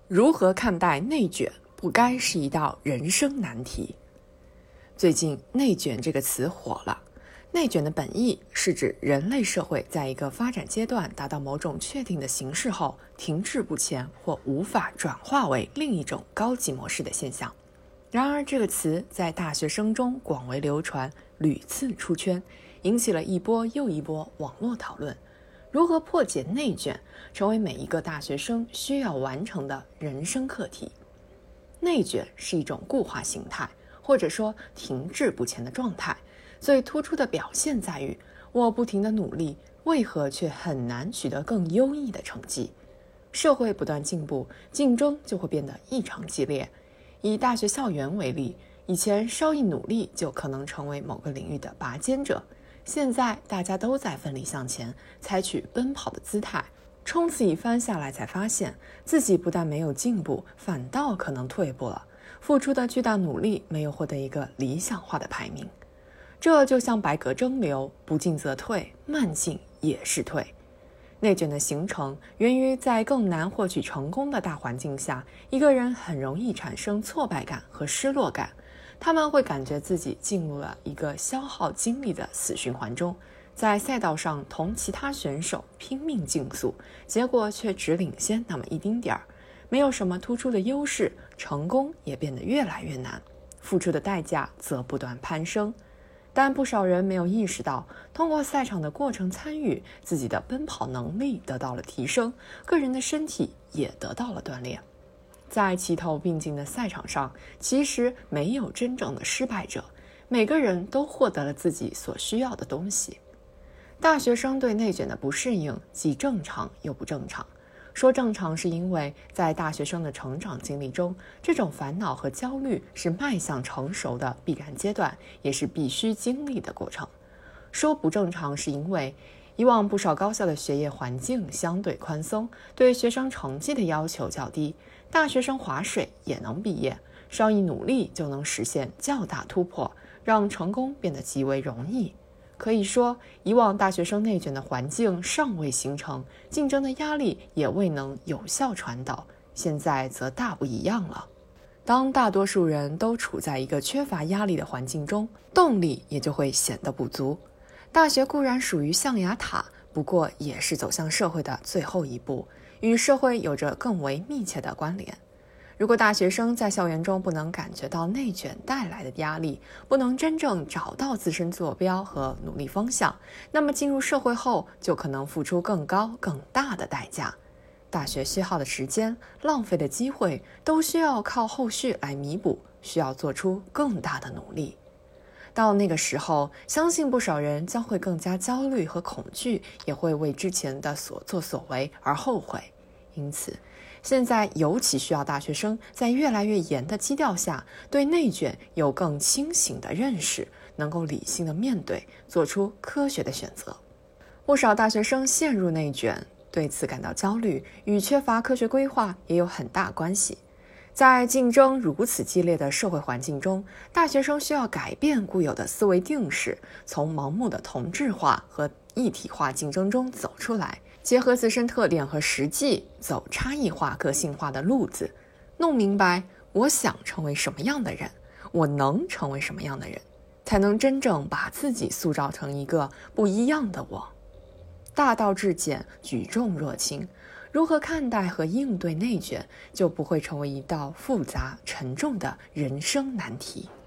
如何看待内卷，不该是一道人生难题。最近内卷这个词火了。内卷的本意是指人类社会在一个发展阶段达到某种确定的形式后停滞不前或无法转化为另一种高级模式的现象。然而这个词在大学生中广为流传，屡次出圈，引起了一波又一波网络讨论。如何破解内卷，成为每一个大学生需要完成的人生课题。内卷是一种固化形态，或者说停滞不前的状态。最突出的表现在于，我不停的努力，为何却很难取得更优异的成绩？社会不断进步，竞争就会变得异常激烈。以大学校园为例，以前稍一努力就可能成为某个领域的拔尖者，现在大家都在奋力向前，采取奔跑的姿态，冲刺一番下来才发现自己不但没有进步，反倒可能退步了，付出的巨大努力没有获得一个理想化的排名。这就像百舸争流，不进则退，慢进也是退。内卷的形成源于在更难获取成功的大环境下，一个人很容易产生挫败感和失落感，他们会感觉自己进入了一个消耗精力的死循环中，在赛道上同其他选手拼命竞速，结果却只领先那么一丁点儿，没有什么突出的优势，成功也变得越来越难，付出的代价则不断攀升。但不少人没有意识到，通过赛场的过程参与，自己的奔跑能力得到了提升，个人的身体也得到了锻炼。在齐头并进的赛场上，其实没有真正的失败者，每个人都获得了自己所需要的东西。大学生对内卷的不适应，既正常又不正常。说正常是因为在大学生的成长经历中，这种烦恼和焦虑是迈向成熟的必然阶段，也是必须经历的过程。说不正常是因为以往不少高校的学业环境相对宽松，对学生成绩的要求较低，大学生划水也能毕业，稍一努力就能实现较大突破，让成功变得极为容易。可以说，以往大学生内卷的环境尚未形成，竞争的压力也未能有效传导，现在则大不一样了。当大多数人都处在一个缺乏压力的环境中，动力也就会显得不足。大学固然属于象牙塔，不过也是走向社会的最后一步，与社会有着更为密切的关联。如果大学生在校园中不能感觉到内卷带来的压力，不能真正找到自身坐标和努力方向，那么进入社会后就可能付出更高更大的代价。大学消耗的时间、浪费的机会都需要靠后续来弥补，需要做出更大的努力。到那个时候，相信不少人将会更加焦虑和恐惧，也会为之前的所作所为而后悔。因此现在尤其需要大学生在越来越严的基调下，对内卷有更清醒的认识，能够理性的面对，做出科学的选择。不少大学生陷入内卷，对此感到焦虑，与缺乏科学规划也有很大关系。在竞争如此激烈的社会环境中，大学生需要改变固有的思维定式，从盲目的同质化和一体化竞争中走出来，结合自身特点和实际，走差异化个性化的路子，弄明白我想成为什么样的人，我能成为什么样的人，才能真正把自己塑造成一个不一样的我。大道至简，举重若轻，如何看待和应对内卷，就不会成为一道复杂沉重的人生难题。